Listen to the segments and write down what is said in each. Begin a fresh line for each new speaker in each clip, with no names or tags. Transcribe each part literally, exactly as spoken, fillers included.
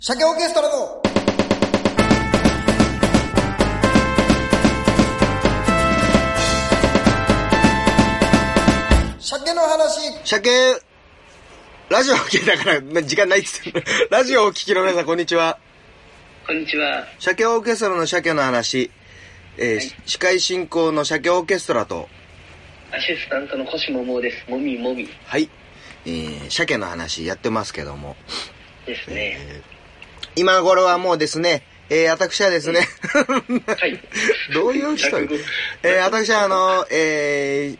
鮭オーケストラの鮭の話。
鮭、ラジオを聞いたから時間ないっつってラジオをお聞きの皆さんこんにちは。
こんにちは。
鮭オーケストラの鮭の話、えーはい、司会進行の鮭オーケストラと
アシスタントの星桃です。もみもみ。
はい、えー、鮭の話やってますけども
ですね、
えー、今頃はもうですね、えー、私はですね、
うん、はい
どういう人えー、私はあのえ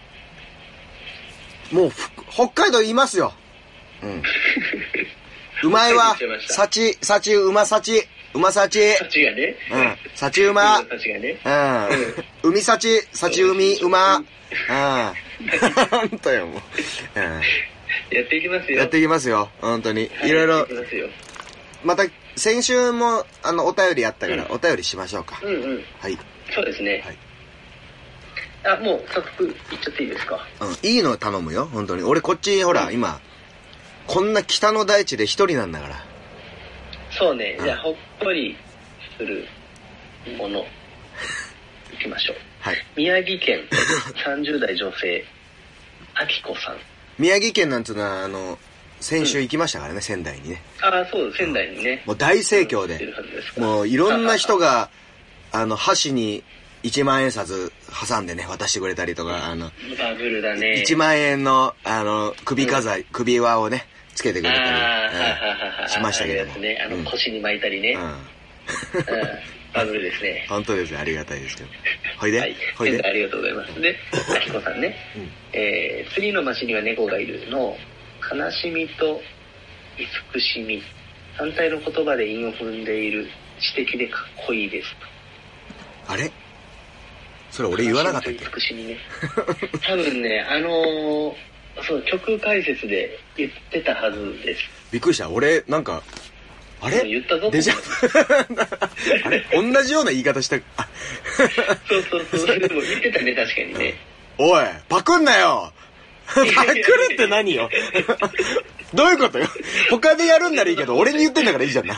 ー、もう北海道いますよ。うんうまいわ。幸、幸、うま幸、うま幸。
幸がね。
うん。幸うま。
幸がね。
うん。海幸、幸海うま。うん。ほんとよ、もう。うん。
やっていきますよ。
やっていきますよ、本当に。いろいろ。また、先週も、あの、お便りあったから、お便りしましょうか。
うんうん。
はい。
そうですね。はい。あ、もう、早速、いっちゃっていいですか。
うん。いいの頼むよ、本当に。俺、こっち、ほら、今、こんな北の大地で一人なんだから。
そうね。じゃあ、ほっこりするもの、いきましょう。
はい。
宮城県さんじゅう代女性、あきこさん。
宮城県なんつうのは、あの、先週行きましたからね、うん、仙台にね。
ああ、そう、仙台にね。
もう大盛況で、うん、もういろんな人が、あの、箸にいちまん円札挟んでね、渡してくれたりとか、あの、
バブルだね。
いちまん円の、あの、首飾り、うん、首輪をね、つけてくれたり、うん、しましたけども。
あね、あの、腰に巻いたりね。うん。うん、バブルですね。
本当ですよ、ありがたいですけど。ほいで、
はい、
ほいで。
ありがとうございます。で、あきこさんね、うん、えー、釣りの町には猫がいるの、悲しみと慈しみ、反対の言葉で韻を踏んでいる、知的でかっこいいです
と。あれそれ俺言わなかったっけ？
慈しみね。多分ね、あのー、そう、曲解説で言ってたはずです。
びっくりした。俺、なんか、あれ
言ったぞ。
デジャあれ同じような言い方した。あ
そうそうそう。でも言ってたね、確かにね。
おい、パクんなよパクるって何よどういうことよ。他でやるんならいいけど、俺に言ってんだからいいじゃんな。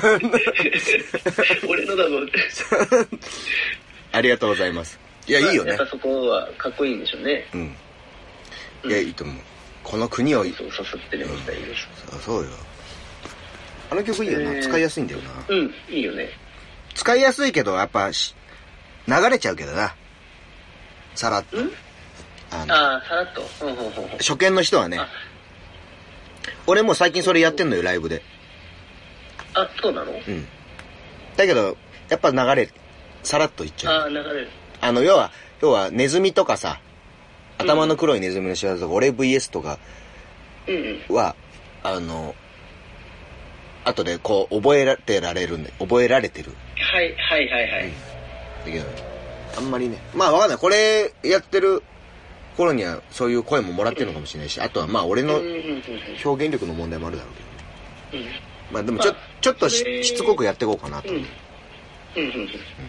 俺のだぞって。
ありがとうございます。いや、いいよね。
やっぱそこはかっこいいんでしょうね。
うん。いや、いいと思う。この国を。
そう、さすってるみたいです。
そう、そうよ。あの曲いいよな、えー。使いやすいんだよな。
うん、いいよね。
使いやすいけど、やっぱ、流れちゃうけどな。さらっと。
ああ、さらっと。
初見の人はね。俺も最近それやってんのよ、ライブで。
あ、そうなの？
うん。だけど、やっぱ流れ、さらっといっちゃう。
ああ、流れる。
あの、要は、要は、ネズミとかさ、頭の黒いネズミの仕業とか、うん、俺 ブイエス とかは、うんうん、あの、後でこう、覚えられられるんで、覚えられてる。
はい、はい、はい、はい。うん、
だけど、あんまりね、まあわかんない。これやってる頃には、そういう声ももらってるのかもしれないし、うん、あとはまあ俺の表現力の問題もあるだろうけどね。うん、まあでもちょ、まあ、ちょっとししつこくやっていこうかなと思う。
うん。うんうんうん。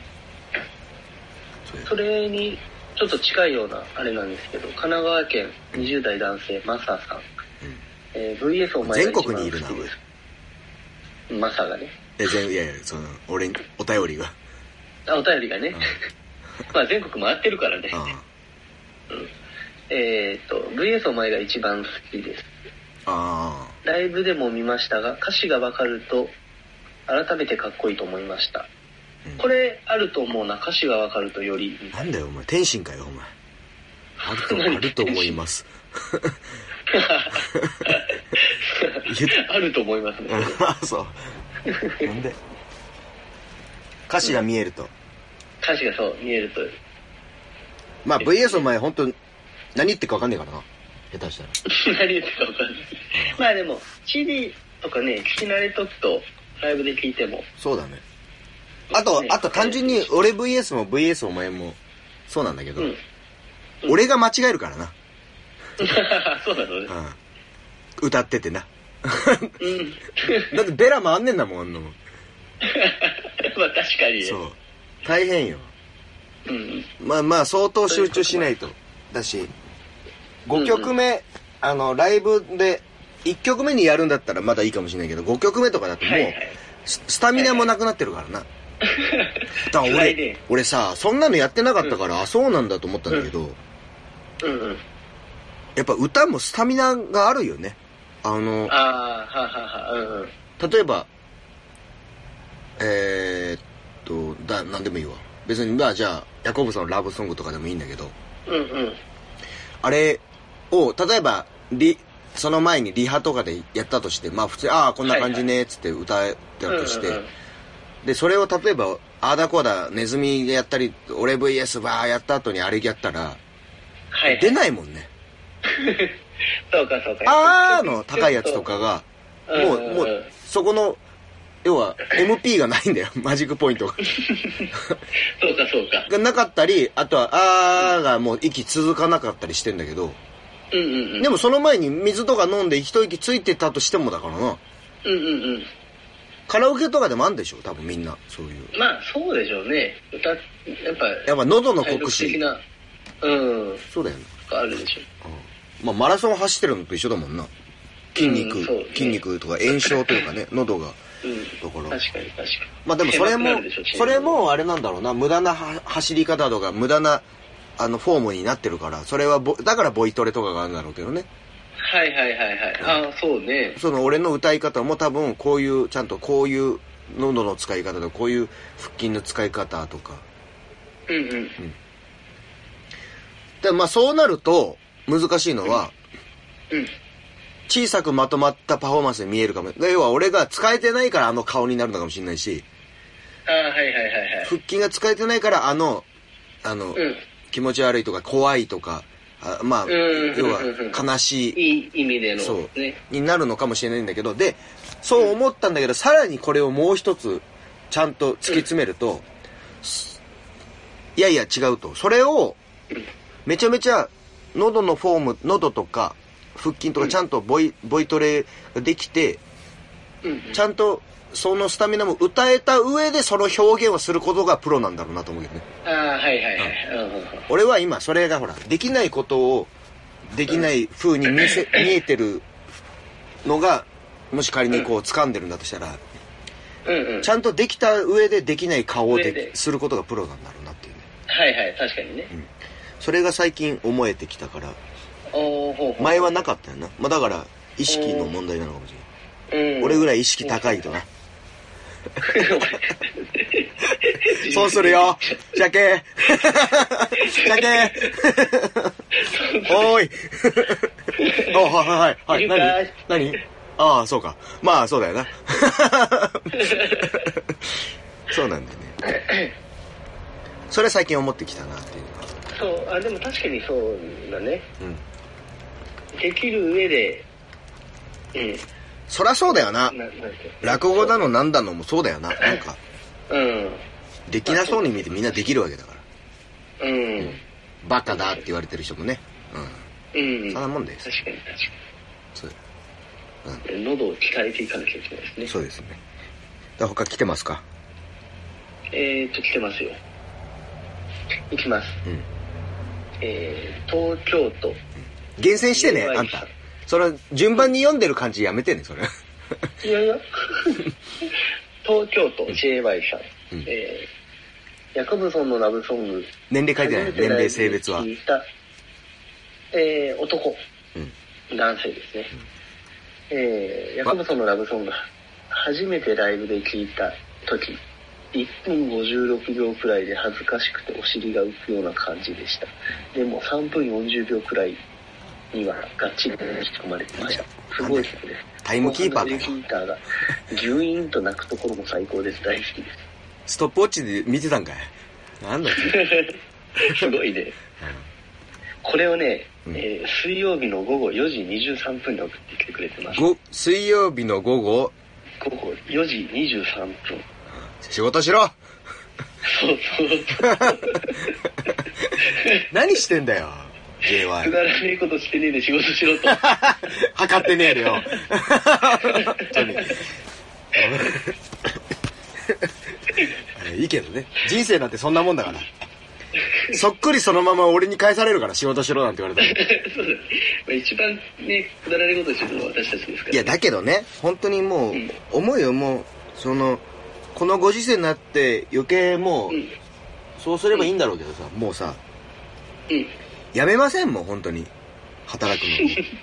それにちょっと近いようなあれなんですけど、神奈川県にじゅう代男性マサさん、うん、えー、ブイエス お前が一番好きです。全国にいるな俺。マサがね。
いやいやいや、その俺にお便りが。
あ、お便りがね。まあ全国回ってるからね。うん、えー、っと ブイエス お前が一番好きです。
ああ。
ライブでも見ましたが、歌詞がわかると改めてかっこいいと思いました。これあると思うな。歌詞がわかるとより。
なんだよお前、天心かよお前。あるとあると思います。
あると思いますね。
あ、そう。なんで歌詞が見えると、うん、
歌詞がそう見えると。
まあ ブイエス お前本当何言ってるかわかんねえからな。下手した
ら。何言ってるかわかんない。まあでも シーディー とかね、聞き慣れとくとライブで聞いても。
そうだね。あと、あと単純に俺 ブイエス も ブイエス お前もそうなんだけど、うんうん、俺が間違えるからな。
そうなのね、
うん。歌っててな。
うん、
だってベラ回んねえんだもん、あんなもん。
まあ確かにね。
そう。大変よ。
うん、
まあまあ相当集中しないと。だし、ごきょくめ、うんうん、あの、ライブでいっきょくめにやるんだったらまだいいかもしれないけど、ごきょくめとかだともう、はいはい、スタミナもなくなってるからな。だから俺、ね、俺さ、そんなのやってなかったから、うん、あ、そうなんだと思ったんだけど、
うんうん、
やっぱ歌もスタミナがあるよね。あの、
あははは、うんうん、
例えば、えー、っと、だ、なんでもいいわ。別に、まあじゃあ、ヤコブさんのラブソングとかでもいいんだけど、
うんうん、あ
れを、例えば、リ、その前にリハとかでやったとして、まあ普通に、ああ、こんな感じね、つって歌えたとして、はいはい、で、それを例えば、あーだこーだ、ネズミでやったり、俺 ブイエス バーやった後にあれやったら、はい、出ないもんね。
そうかそうか。
あーの高いやつとかが、もう、もう、そこの、要は エムピー がないんだよ、マジックポイントが。
そうかそうか。
がなかったり、あとは、あーがもう息続かなかったりしてんだけど、
うんうんうん、
でもその前に水とか飲んで一息ついてたとしてもだからな。
うんうんうん。
カラオケとかでもあるんでしょ多分みんな、そういう。
まあそうでしょうね。歌、やっぱ、
やっぱ喉の酷使。
的な、うん。
そうだよね。
あるでしょ。
うん、まあマラソン走ってるのと一緒だもんな。筋肉、うんね、筋肉とか炎症というかね、喉が。
うん、だから確かに確かに。
まあでもそれも、それもあれなんだろうな、無駄な走り方とか、無駄な、あの、フォームになってるから、それはボ、だからボイトレとかがあるんだろうけどね。
はいはいはいはい。ああ、そうね。
その俺の歌い方も多分、こういう、ちゃんとこういう喉の使い方とか、こういう腹筋の使い方とか。
うんうん。うん、
で、まあそうなると、難しいのは、
うん。うん、
小さくまとまったパフォーマンスに見えるかも。要は俺が使えてないからあの顔になるのかもしれないし、
ああ、はいはいはいはい。
腹筋が使えてないからあの、あの、うん、気持ち悪いとか怖いとか、あまあ、要は悲しい、
いい意味での、ね、
そう、になるのかもしれないんだけど、で、そう思ったんだけど、うん、さらにこれをもう一つちゃんと突き詰めると、うん、いやいや違うと。それを、めちゃめちゃ喉のフォーム、喉とか腹筋とかちゃんとボイ、ボイトレができて、
うん、
ちゃんとそのスタミナも歌えた上でその表現をすることがプロなんだろうなと思うけどね。
ああ、はいはいはい。うん、
俺は今それがほら、できないことをできない風に見せ、見えてるのが、もし仮にこう掴んでるんだとしたら、
うんうん、
ちゃんとできた上でできない顔をですることがプロなんだろうなっていうね。
はいはい、確かにね。
うん、それが最近思えてきたから、
おほうほう、
前はなかったよな。まあだから意識の問題なのかもしれない。うん、俺ぐらい意識高いとな。そうするよ、鮭鮭おーいおはいはいはい何何ああそうか、まあそうだよな。そうなんだね。それ最近思ってきたなっていう
のは。そう、あ、でも確かにそうだね。うん、できる上で、うん、
そりゃそうだよな。落語だのなんだのもそうだよな。なんか、
うん、
できなそうに見えてみんなできるわけだか
ら。うん。うん、
バカだって言われてる人もね。
うん。うん。
そんなもんです。
確かに確かに。
そう
だ。うん、喉を鍛えていかなきゃいけないですね。
そうですね。だ他来てますか？
えーっと、来てますよ。いきます。
うん。
えー、東京都。うん、
厳選してね、あんた。それ順番に読んでる感じやめてね、それ。
いやいや。東京都 ジェイワイ さん。うん、えー、ヤコブソンのラブソング。
年齢書いてない。年齢、性別は。
聞いた、えー、男、
うん。
男性ですね。うん、えー、ヤコブソンのラブソング、初めてライブで聞いた時、いっぷんごじゅうろくびょうくらいで恥ずかしくてお尻が浮くような感じでした。でもさんぷんよんじゅうびょうくらいにはがっちり引き込まれてました。すごい曲です。
タイムキーパーかよ。
タイムキーパーがギュイーンと鳴くところも最高です。大好きです。
ストップウォッチで見てたんかい。なんだっ
け。すごいね。うん、これをね、うん、えー、水曜日の午後よじにじゅうさんぷんで送ってきてくれてます。
水曜日の午後
午後よじにじゅうさんぷん。
仕事しろ。
そうそうそう。
何してんだよ。ジェイワイ。
くだらねえことしてねえで仕事しろと。
測ってねえでよ。いいけどね。人生なんてそんなもんだから。 そっくりそのまま俺に返されるから仕事しろなんて言われたら
そうだね、まあ、一番ねくだらないことするのは私たちですから、ね、
いやだけどね本当にもう、うん、思うよもうそのこのご時世になって余計もう、うん、そうすればいいんだろうけどさ、うん、もうさ、うん、やめませんもん本当に働くの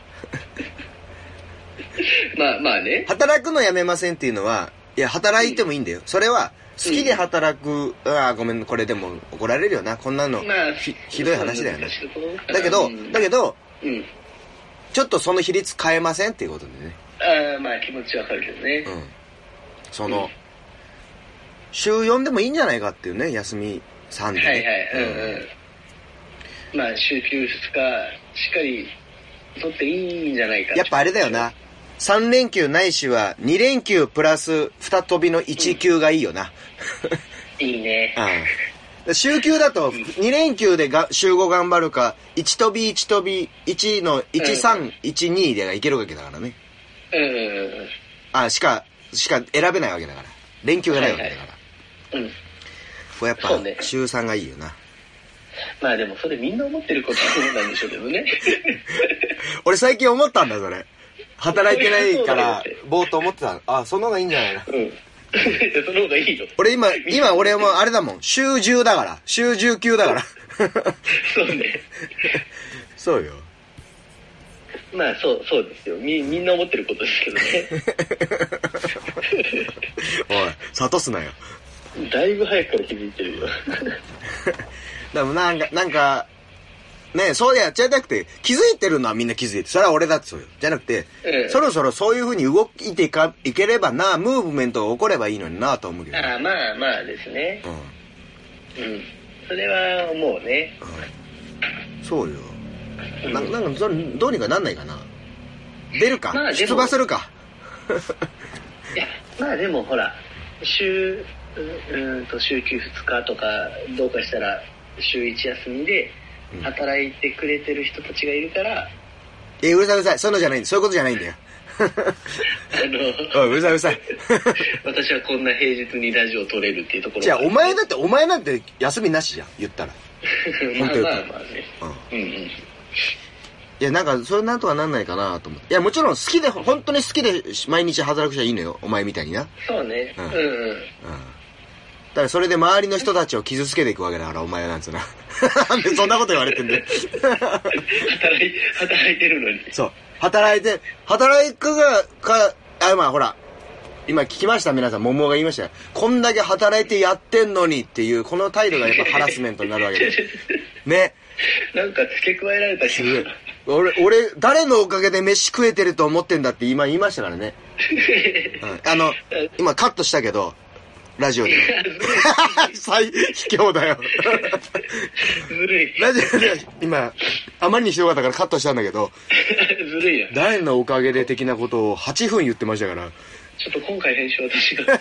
まあまあね
働くのやめませんっていうのはいや働いてもいいんだよ、うん、それは好きで働く、うん、ああごめんこれでも怒られるよなこんなの、まあ、ひ, ひどい話だよねだけど、うん、だけど、うん、ちょっとその比率変えませんっていうことでね
ああまあ気持ちわかるけどね、うん、
その、うん、週よんでもいいんじゃないかっていうね休みさんで、ね、
はいはいうんうん、うん、まあ週休ふつかしっかり取っていいんじゃないか
やっぱあれだよなさん連休ないしはに連休プラスに飛びのいち休がいいよな、
うん、いいね、
うん、週休だとに連休でが週ご頑張るかいち飛びいち飛びいちのいちさんいちにでいけるわけだからね
うんうんうん
あしかしか選べないわけだから連休がないわけだから、はいはい、うんこれやっぱ週さんがいいよな
まあでもそれみんな思ってることなんでしょうけどね
俺最近思ったんだそれ働いてないからぼーっと思ってたあその方がいいんじゃないのうん
その方がいいよ
俺今今俺もあれだもん週じゅうだから週じゅうきゅうだから
そうね
そうよ
まあそうそうですよ み, みんな思ってることですけどね
おい諭すなよ
だいぶ早くから気づいてるよ
でもなんかなんかねそうやっちゃいたくて気づいてるのはみんな気づいてそれは俺だってそうよじゃなくて、うん、そろそろそういう風に動いていかいければなムーブメントが起こればいいのになと思うけど、ね、
ああまあまあですねうん、うん、それは思うね、
うん、そうよ、うん、ななんかそれどうにかなんないかな出るか、まあ、出馬するか
いやまあでもほら週うんと週休ふつかとかどうかしたら週いち休みで働いてくれてる人たちがいるから、
うん、えうるさいうるさいそういうのじゃないんだそういうことじゃないんだよあのおいうるさいうるさい
私はこんな平日にラジオを撮れるっていうところ
じゃあお前だってお前なんて休みなしじゃん言ったら
まあまあまあね、うん、うんうん
いやなんかそれなんとかなんないかなと思っていやもちろん好きで本当に好きで毎日働く人はいいのよお前みたいにな
そうねうんうん、うん、
だからそれで周りの人たちを傷つけていくわけだからお前はなんつうななんでそんなこと言われてんだよ
働い働いてるのに
そう働いて働くがかあまあほら今聞きました皆さん桃が言いましたよこんだけ働いてやってんのにっていうこの態度がやっぱハラスメントになるわけでね
なんか付け加えられたし
俺俺誰のおかげで飯食えてると思ってんだって今言いましたからね、うん、あの今カットしたけどラジオで最卑怯だよ
ずるい
ラジオで今あまりにひどかったからカットしたんだけど
ずるいや
誰のおかげで的なことをはちふん言ってましたから
ちょっと今回編集私が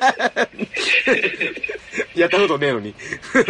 やったことねえのに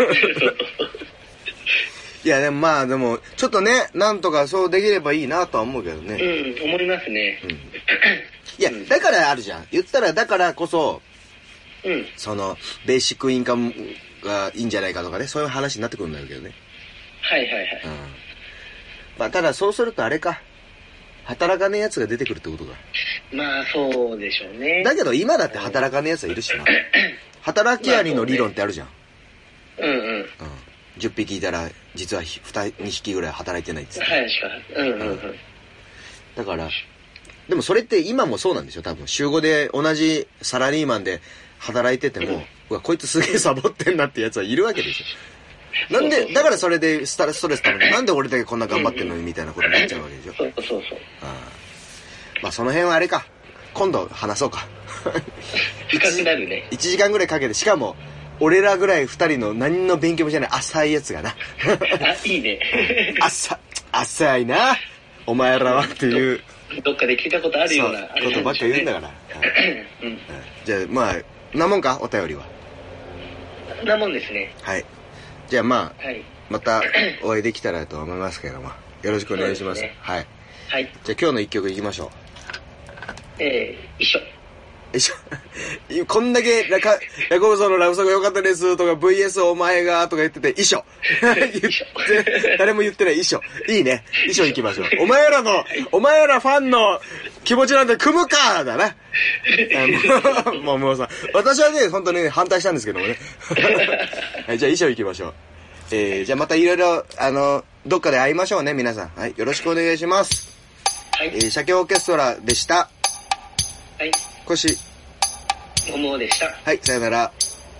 いやでもまあでもちょっとねなんとかそうできればいいなとは思うけどね
うん思いますね、うん、い
やだからあるじゃん言ったらだからこそ
うん、
そのベーシックインカムがいいんじゃないかとかねそういう話になってくるんだけどね
はいはいはい、
うんまあ、ただそうするとあれか働かねえやつが出てくるってことか
まあそうでしょうね
だけど今だって働かねえやつはいるしな働きアリの理論ってあるじゃん、ま
あね、うんうん、うん、
じゅっぴきいたら実はにひきぐらい働いてないっつって
はいしかうんうんうん、うん、
だからでもそれって今もそうなんでしょ多分週ごで同じサラリーマンで働いてても、うん、うわこいつすげえサボってんなってやつはいるわけでしょなんでだからそれでストレスたのになんで俺だけこんな頑張ってんのにみたいなことになっちゃうわけでしょ
そうそうそう
あまあその辺はあれか今度話そうか
深くなるね
いちじかんぐらいかけてしかも俺らぐらいふたりの何の勉強もしない浅いやつがなあ
いいね
浅浅いなお前らはっていう
どっかで聞いたことあるような
ことばっか言うんだから、うん、じゃあまあなもんかお便りは
なもんですね
はいじゃあまあ、はい、またお会いできたらと思いますけれどもよろしくお願いします、ね、はい、
はい、
じゃあ今日の一曲いきましょう
えー、一緒
一緒。こんだけ、ラカ、ラコブソのラブソング良かったですとか、ブイエス お前がとか言ってて、一緒。誰も言ってない、一緒。いいね。一緒行きましょう。お前らの、お前らファンの気持ちなんて組むかだな。もう、もうさ、私はね、本当に、ね、反対したんですけどもね。はい、じゃあ、衣装行きましょう。えー、じゃあまたいろいろ、あの、どっかで会いましょうね、皆さん。はい、よろしくお願いします。はい。えー、鮭オーケストラでした。
はい。
コシ。
ももでした。
はい、さよなら。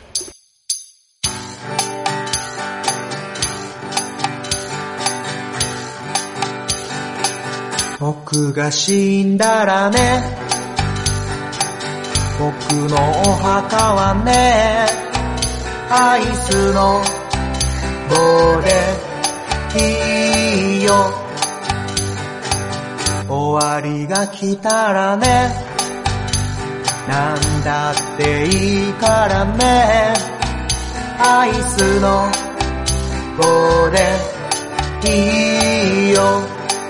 僕が死んだらね、僕のお墓はね、アイスの棒でいいよ。終わりが来たらね、なんだっていいからね、アイスの棒でいいよ。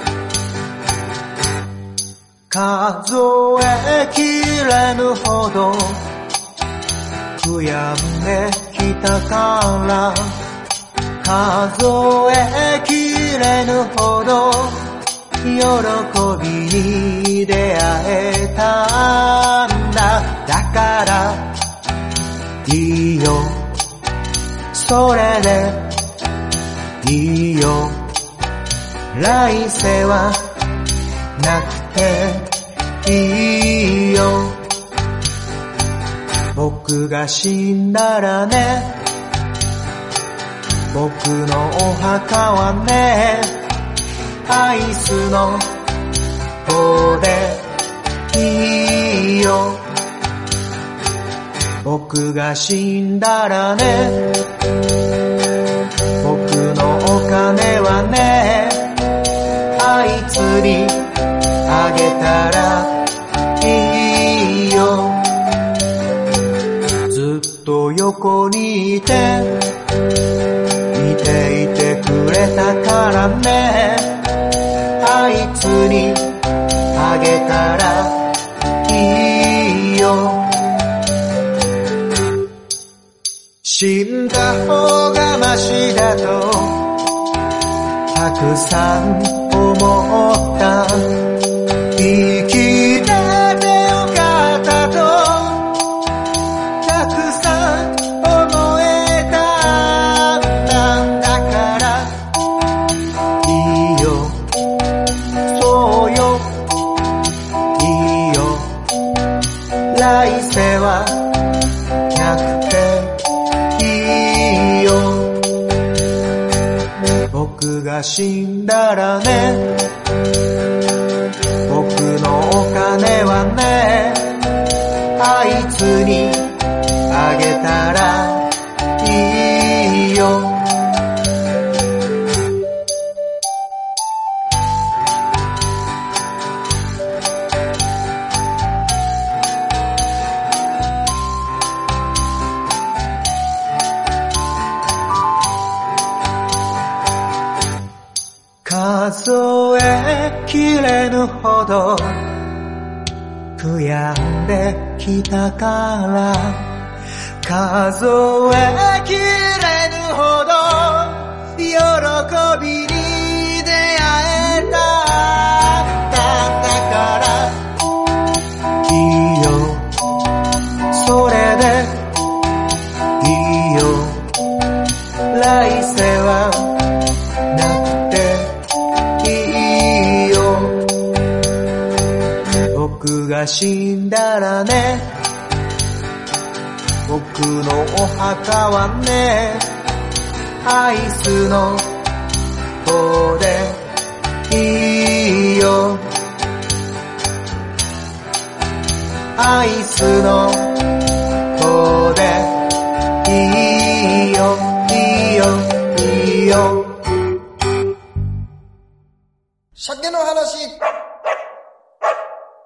数えきれぬほど悔やんできたから、数えきれぬほど喜びに出会えたんだ。だからいいよ、それでいいよ。来世はなくていいよ。僕が死んだらね、僕のお墓はね、アイスの棒でいいよ。僕が死んだらね、僕のお金はね、あいつにあげたらいいよ。ずっと横にいて見ていてくれたからね、あいつにあげたらいいよ。死んだ方がマシだとたくさん思った。生きててよかったとたくさん思えたんだからいいよ、そうよ、いいよ。来世はなくていいよ。僕が死んだらね、僕のお金はね、あいつにあげたらいいよ。数えきれぬほど悔やんできたから、数えきれぬほど喜びに出会えたんだからいいよ、それでいいよ。来世は僕が死んだらね、僕のお墓はね、アイスの棒でいいよ。アイスの棒でいいよ、いいよ、いいよ。
鮭の話。